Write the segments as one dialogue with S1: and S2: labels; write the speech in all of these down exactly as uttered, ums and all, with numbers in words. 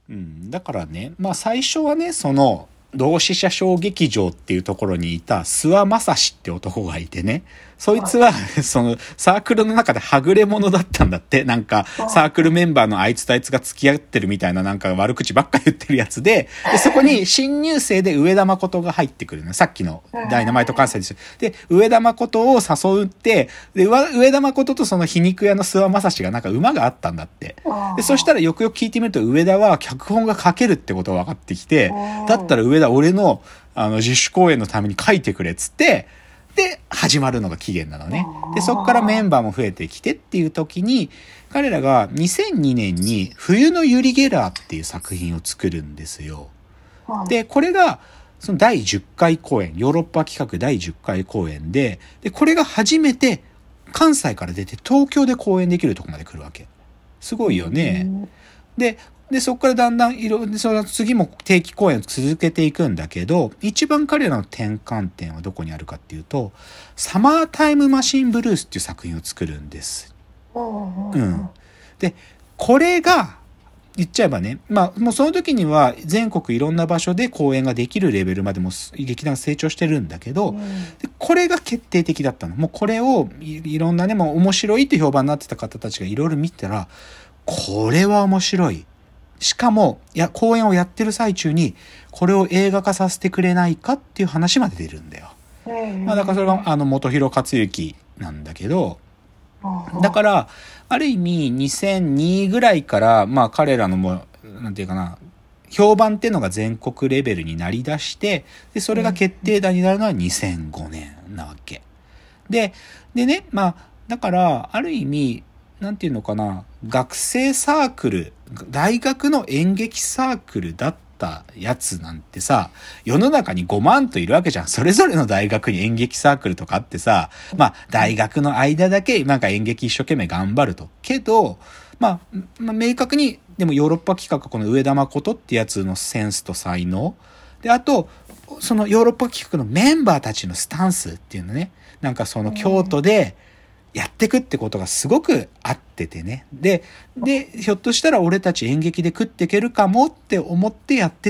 S1: うん、だからね、まあ最初はね、その、同志社小劇場っていうところにいた諏訪正史って男がいてね、そいつは、その、サークルの中ではぐれ者だったんだって。なんか、サークルメンバーのあいつとあいつが付き合ってるみたいななんか悪口ばっか言ってるやつで、で、そこに新入生で上田誠が入ってくるの。さっきのダイナマイト関西ですよ。で、上田誠を誘うって、で、上田誠とその皮肉屋の諏訪正史がなんか馬があったんだって。で、そしたらよくよく聞いてみると上田は脚本が書けるってことが分かってきて、だったら上田俺の、あの、自主公演のために書いてくれっつって、で、始まるのが起源なのね。で、そこからメンバーも増えてきてっていう時に、彼らがにせんにねんに冬のユリ・ゲラーっていう作品を作るんですよ。で、これが、そのだいじゅっかい公演、ヨーロッパ企画だいじゅっかい公演で、で、これが初めて関西から出て東京で公演できるとこまで来るわけ。すごいよね。で、で、そこからだんだんいろ、その次も定期公演を続けていくんだけど、一番彼らの転換点はどこにあるかっていうと、サマータイムマシンブルースっていう作品を作るんです。うん。で、これが、言っちゃえばね、まあ、もうその時には全国いろんな場所で公演ができるレベルまでも劇団が成長してるんだけど、でこれが決定的だったの。もうこれをい、いろんなね、もう面白いって評判になってた方たちがいろいろ見たら、これは面白い。しかも、いや、公演をやってる最中に、これを映画化させてくれないかっていう話まで出るんだよ。まあ、だからそれが、あの、本広克行なんだけど、だから、ある意味、にせんにぐらいから、まあ、彼らのもう、なんていうかな、評判っていうのが全国レベルになりだして、で、それが決定打になるのはにせんごねんなわけ。で、でね、まあ、だから、ある意味、なんていうのかな、学生サークル、大学の演劇サークルだったやつなんてさ、世の中にごまんといるわけじゃん。それぞれの大学に演劇サークルとかあってさ、まあ大学の間だけなんか演劇一生懸命頑張ると。けど、まあ、まあ、明確に、でもヨーロッパ企画この上田誠ってやつのセンスと才能。で、あと、そのヨーロッパ企画のメンバーたちのスタンスっていうのね。なんかその京都で、やってくってことがすごく合っててね。で、で、ひょっとしたら俺たち演劇で食っていけるかもって思ってやってって、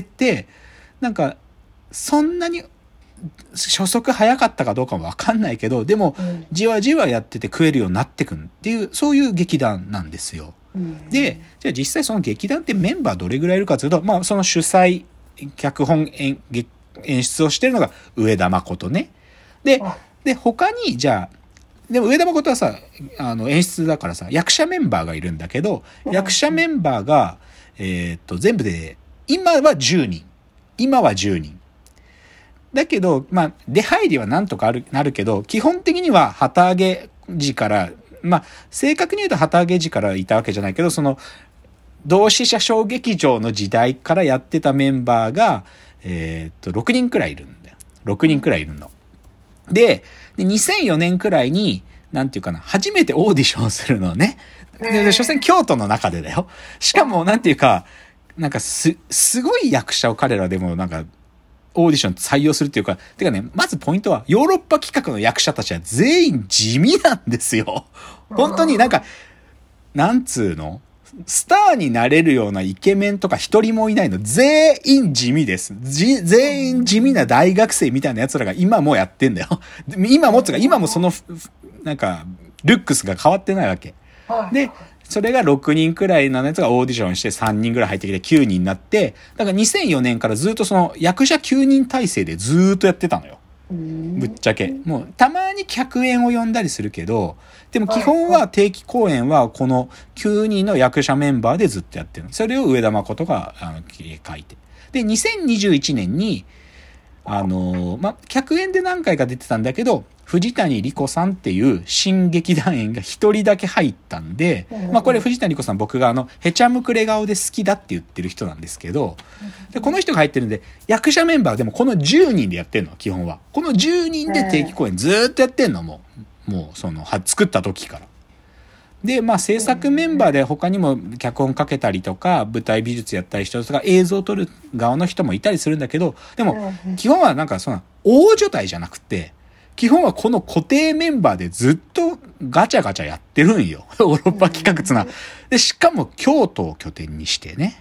S1: なんか、そんなに初速早かったかどうかもわかんないけど、でも、じわじわやってて食えるようになってくんっていう、そういう劇団なんですよ。で、じゃあ実際その劇団ってメンバーどれぐらいいるかというと、まあその主催、脚本演、演出をしてるのが上田誠ね。で、で、他に、じゃあ、でも上田誠はさ、あの演出だからさ、役者メンバーがいるんだけど、役者メンバーが、えー、っと、全部で、今はじゅうにん。今はじゅうにん。だけど、まあ、出入りはなんとかある、なるけど、基本的には旗揚げ時から、まあ、正確に言うと旗揚げ時からいたわけじゃないけど、その、同志社小劇場の時代からやってたメンバーが、えー、っと、ろくにんくらいいるんだよ。ろくにんくらいいるの。で、にせんよねんくらいに、なんていうかな、初めてオーディションするのね。で、所詮京都の中でだよ。しかも、なんていうか、なんかす、すごい役者を彼らでもなんか、オーディション採用するっていうか、てかね、まずポイントは、ヨーロッパ企画の役者たちは全員地味なんですよ。本当になんか、なんつうのスターになれるようなイケメンとか一人もいないの。全員地味です。全員地味な大学生みたいな奴らが今もやってんだよ。今もつか、今もその、なんか、ルックスが変わってないわけ。で、それがろくにんくらいのやつがオーディションしてさんにんくらい入ってきてきゅうにんになって、だからにせんよねんからずっとその役者きゅうにん体制でずっとやってたのよ。ぶっちゃけ。もう、たまに客演を呼んだりするけど、でも基本は定期公演はこのきゅうにんの役者メンバーでずっとやってるの。それを上田誠があの書いて。で、にせんにじゅういちねんに、あのー、ま、客演で何回か出てたんだけど、藤谷莉子さんっていう新劇団員が一人だけ入ったんで、まあこれ藤谷莉子さん僕があの、へちゃむくれ顔で好きだって言ってる人なんですけど、で、この人が入ってるんで、役者メンバーでもこのじゅうにんでやってんの、基本は。このじゅうにんで定期公演ずーっとやってんの、もう。もう、その、は、作った時から。で、まあ制作メンバーで他にも脚本かけたりとか、舞台美術やったり人とか、映像を撮る側の人もいたりするんだけど、でも、基本はなんかその、大所帯じゃなくて、基本はこの固定メンバーでずっとガチャガチャやってるんよ。ヨーロッパ企画つな。で、しかも京都を拠点にしてね。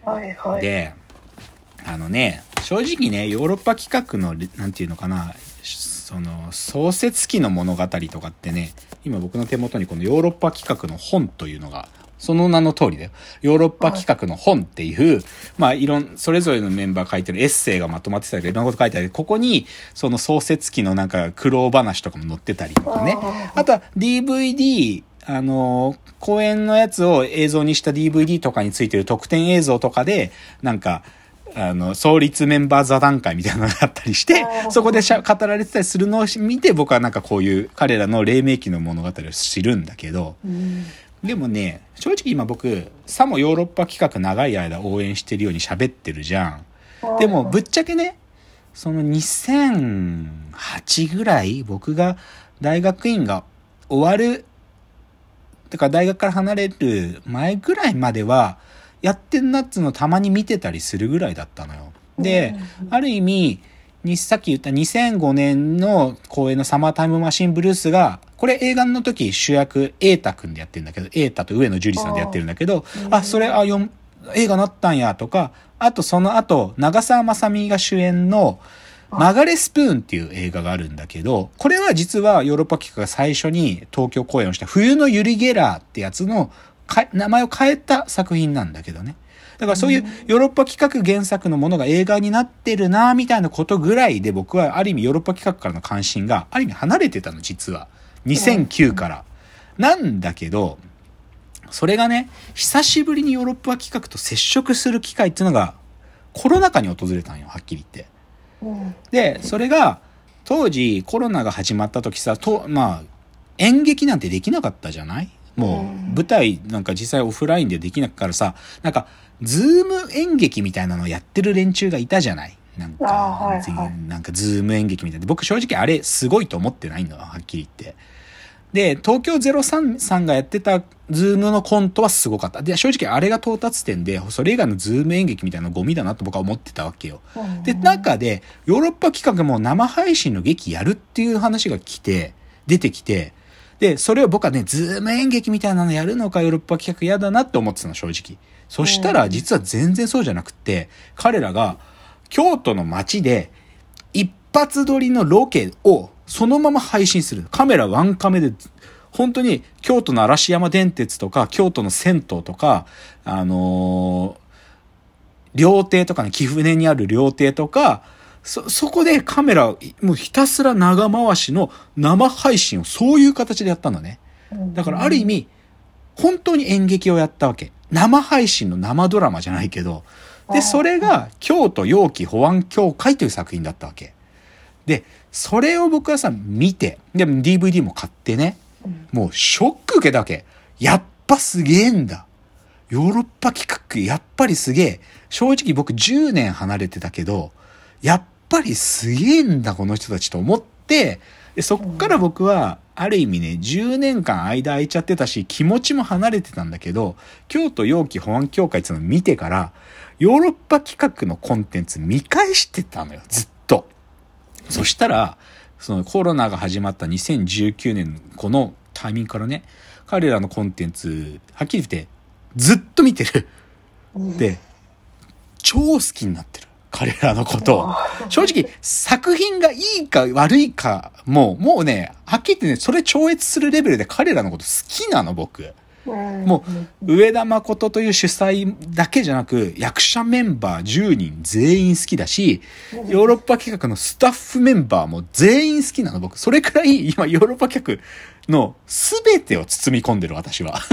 S2: はいはい。
S1: で、あのね、正直ね、ヨーロッパ企画の、なんていうのかな、その、創設期の物語とかってね、今僕の手元にこのヨーロッパ企画の本というのが、その名の通りだよ。ヨーロッパ企画の本っていう、はい、まあ、いろん、それぞれのメンバー書いてるエッセイがまとまってたり、いろんなこと書いてある。ここに、その創設期のなんか苦労話とかも載ってたりとかね。あとは ディーブイディー、あの、公演のやつを映像にした ディーブイディー とかについてる特典映像とかで、なんか、あの、創立メンバー座談会みたいなのがあったりして、そこでしゃ語られてたりするのを見て、僕はなんかこういう彼らの黎明期の物語を知るんだけど、うん、でもね、正直今僕、さもヨーロッパ企画長い間応援してるように喋ってるじゃん。でも、ぶっちゃけね、そのにせんはちぐらい、僕が大学院が終わる、だから大学から離れる前ぐらいまでは、やってんなっつうのたまに見てたりするぐらいだったのよ。で、ある意味、にさっき言ったにせんごねんの公演のサマータイムマシンブルースが、これ映画の時主役、瑛太くんでやってるんだけど、瑛太と上野樹里さんでやってるんだけど、あ、あそれ、あ、よ映画なったんや、とか、あとその後、長澤まさみが主演の、マガレスプーンっていう映画があるんだけど、これは実はヨーロッパ企画が最初に東京公演をした冬のユリ・ゲラーってやつの名前を変えた作品なんだけどね。だからそういうヨーロッパ企画原作のものが映画になってるなみたいなことぐらいで僕はある意味ヨーロッパ企画からの関心がある意味離れてたの実は。にせんきゅうから。なんだけど、それがね、久しぶりにヨーロッパ企画と接触する機会っていうのがコロナ禍に訪れたんよ、はっきり言って。で、それが当時コロナが始まった時さ、と、まあ、演劇なんてできなかったじゃない？もう舞台なんか実際オフラインでできなくからさ、なんかズーム演劇みたいなのをやってる連中がいたじゃない。なんか、はいはい、なんかズーム演劇みたいな。僕正直あれすごいと思ってないのははっきり言って。で、東京ゼロさんさんがやってたズームのコントはすごかった。で、正直あれが到達点で、それ以外のズーム演劇みたいなゴミだなと僕は思ってたわけよ。で、中でヨーロッパ企画も生配信の劇やるっていう話が来て、出てきて、で、それを僕はね、ズーム演劇みたいなのやるのか、ヨーロッパ企画嫌だなって思ってたの、正直。そしたら、実は全然そうじゃなくって、彼らが、京都の街で、一発撮りのロケを、そのまま配信する。カメラワンカメで、本当に、京都の嵐山電鉄とか、京都の銭湯とか、あのー、料亭とかね、貴船にある料亭とか、そ、そこでカメラ、もうひたすら長回しの生配信をそういう形でやったんだね。だからある意味、本当に演劇をやったわけ。生配信の生ドラマじゃないけど。で、それが京都陽気保安協会という作品だったわけ。で、それを僕はさ、見て、でも ディーブイディー も買ってね、もうショック受けたわけ。やっぱすげえんだ。ヨーロッパ企画、やっぱりすげえ。正直僕じゅうねん離れてたけど、やっぱりすげえんだこの人たちと思って、でそっから僕はある意味ねじゅうねんかん間空いちゃってたし気持ちも離れてたんだけど、京都陽気保安協会っていうのを見てからヨーロッパ企画のコンテンツ見返してたのよ、ずっと。そしたらそのコロナが始まったにせんじゅうきゅうねんこのタイミングからね、彼らのコンテンツはっきり言ってずっと見てる。で超好きになってる、彼らのことを。正直、作品がいいか悪いか、もう、もうね、はっきり言ってね、それ超越するレベルで彼らのこと好きなの、僕。もう、上田誠という主催だけじゃなく、役者メンバーじゅうにん全員好きだし、ヨーロッパ企画のスタッフメンバーも全員好きなの、僕。それくらい、今、ヨーロッパ企画の全てを包み込んでる、私は。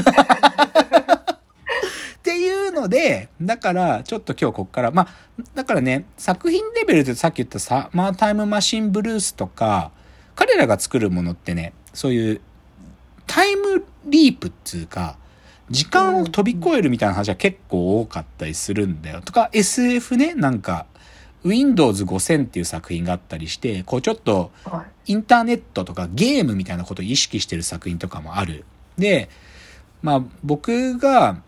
S1: っていうので、だからちょっと今日こっからまあだからね、作品レベルでさっき言ったサマータイムマシンブルースとか彼らが作るものってね、そういうタイムリープっていうか時間を飛び越えるみたいな話は結構多かったりするんだよ。とか エスエフ ね、なんか ウィンドウズごせん っていう作品があったりして、こうちょっとインターネットとかゲームみたいなことを意識してる作品とかもある。で、まあ僕が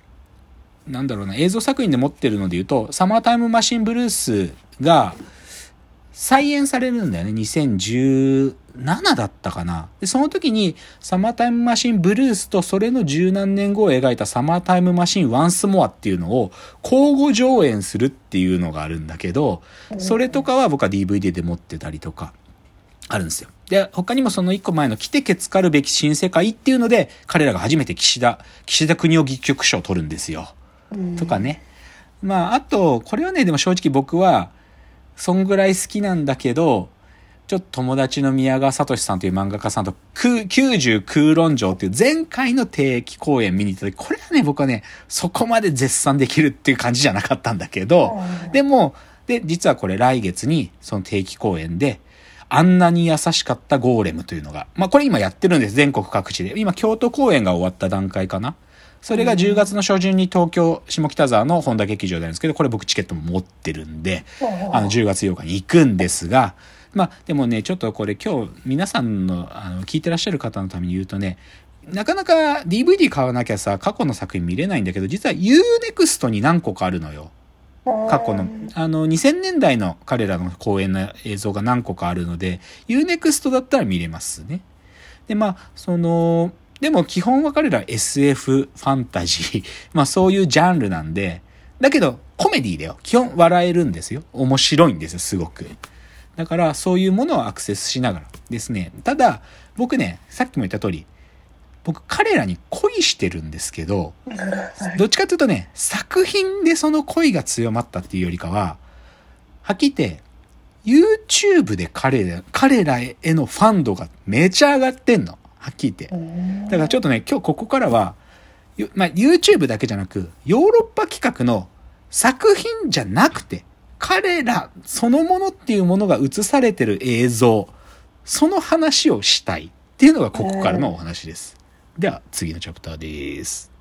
S1: なんだろうな、映像作品で持ってるので言うと、サマータイムマシンブルースが、 再演されるんだよね。にせんじゅうななだったかな。で、その時にサマータイムマシンブルースとそれの十何年後を描いたサマータイムマシンワンスモアっていうのを交互上演するっていうのがあるんだけど、それとかは僕は ディーブイディー で持ってたりとかあるんですよ。で、他にもその一個前の来てけつかるべき新世界っていうので、彼らが初めて岸田、岸田国夫戯曲賞を取るんですよ。とかね。まあ、あと、これはね、でも正直僕は、そんぐらい好きなんだけど、ちょっと友達の宮川聡さんという漫画家さんと、きゅうじゅう空論城っていう前回の定期公演見に行った時、これはね、僕はね、そこまで絶賛できるっていう感じじゃなかったんだけど、でも、で、実はこれ来月に、その定期公演で、あんなに優しかったゴーレムというのが、まあこれ今やってるんです、全国各地で。今京都公演が終わった段階かな。それがじゅうがつの初旬に東京下北沢の本田劇場であるんですけど、これ僕チケットも持ってるんで、あのじゅうがつようかに行くんですが、まあでもね、ちょっとこれ今日皆さんのあの聞いてらっしゃる方のために言うとね、なかなか ディーブイディー 買わなきゃさ、過去の作品見れないんだけど、実は ユーネクスト に何個かあるのよ。過去の、あの、にせんねんだいの彼らの公演の映像が何個かあるので、ユーネクスト だったら見れますね。で、まあ、その、でも基本は彼ら エスエフ、ファンタジー、まあそういうジャンルなんで、だけどコメディだよ。基本笑えるんですよ。面白いんですよ、すごく。だからそういうものをアクセスしながらですね。ただ、僕ね、さっきも言った通り、僕彼らに恋してるんですけど、どっちかというとね、作品でその恋が強まったっていうよりかは、はっきり言って、YouTube で彼ら、彼らへのファン度がめちゃ上がってんの。はっきり言って。だからちょっとね、今日ここからは、まあ、YouTube だけじゃなく、ヨーロッパ企画の作品じゃなくて、彼らそのものっていうものが映されてる映像、その話をしたいっていうのがここからのお話です。では、次のチャプターです。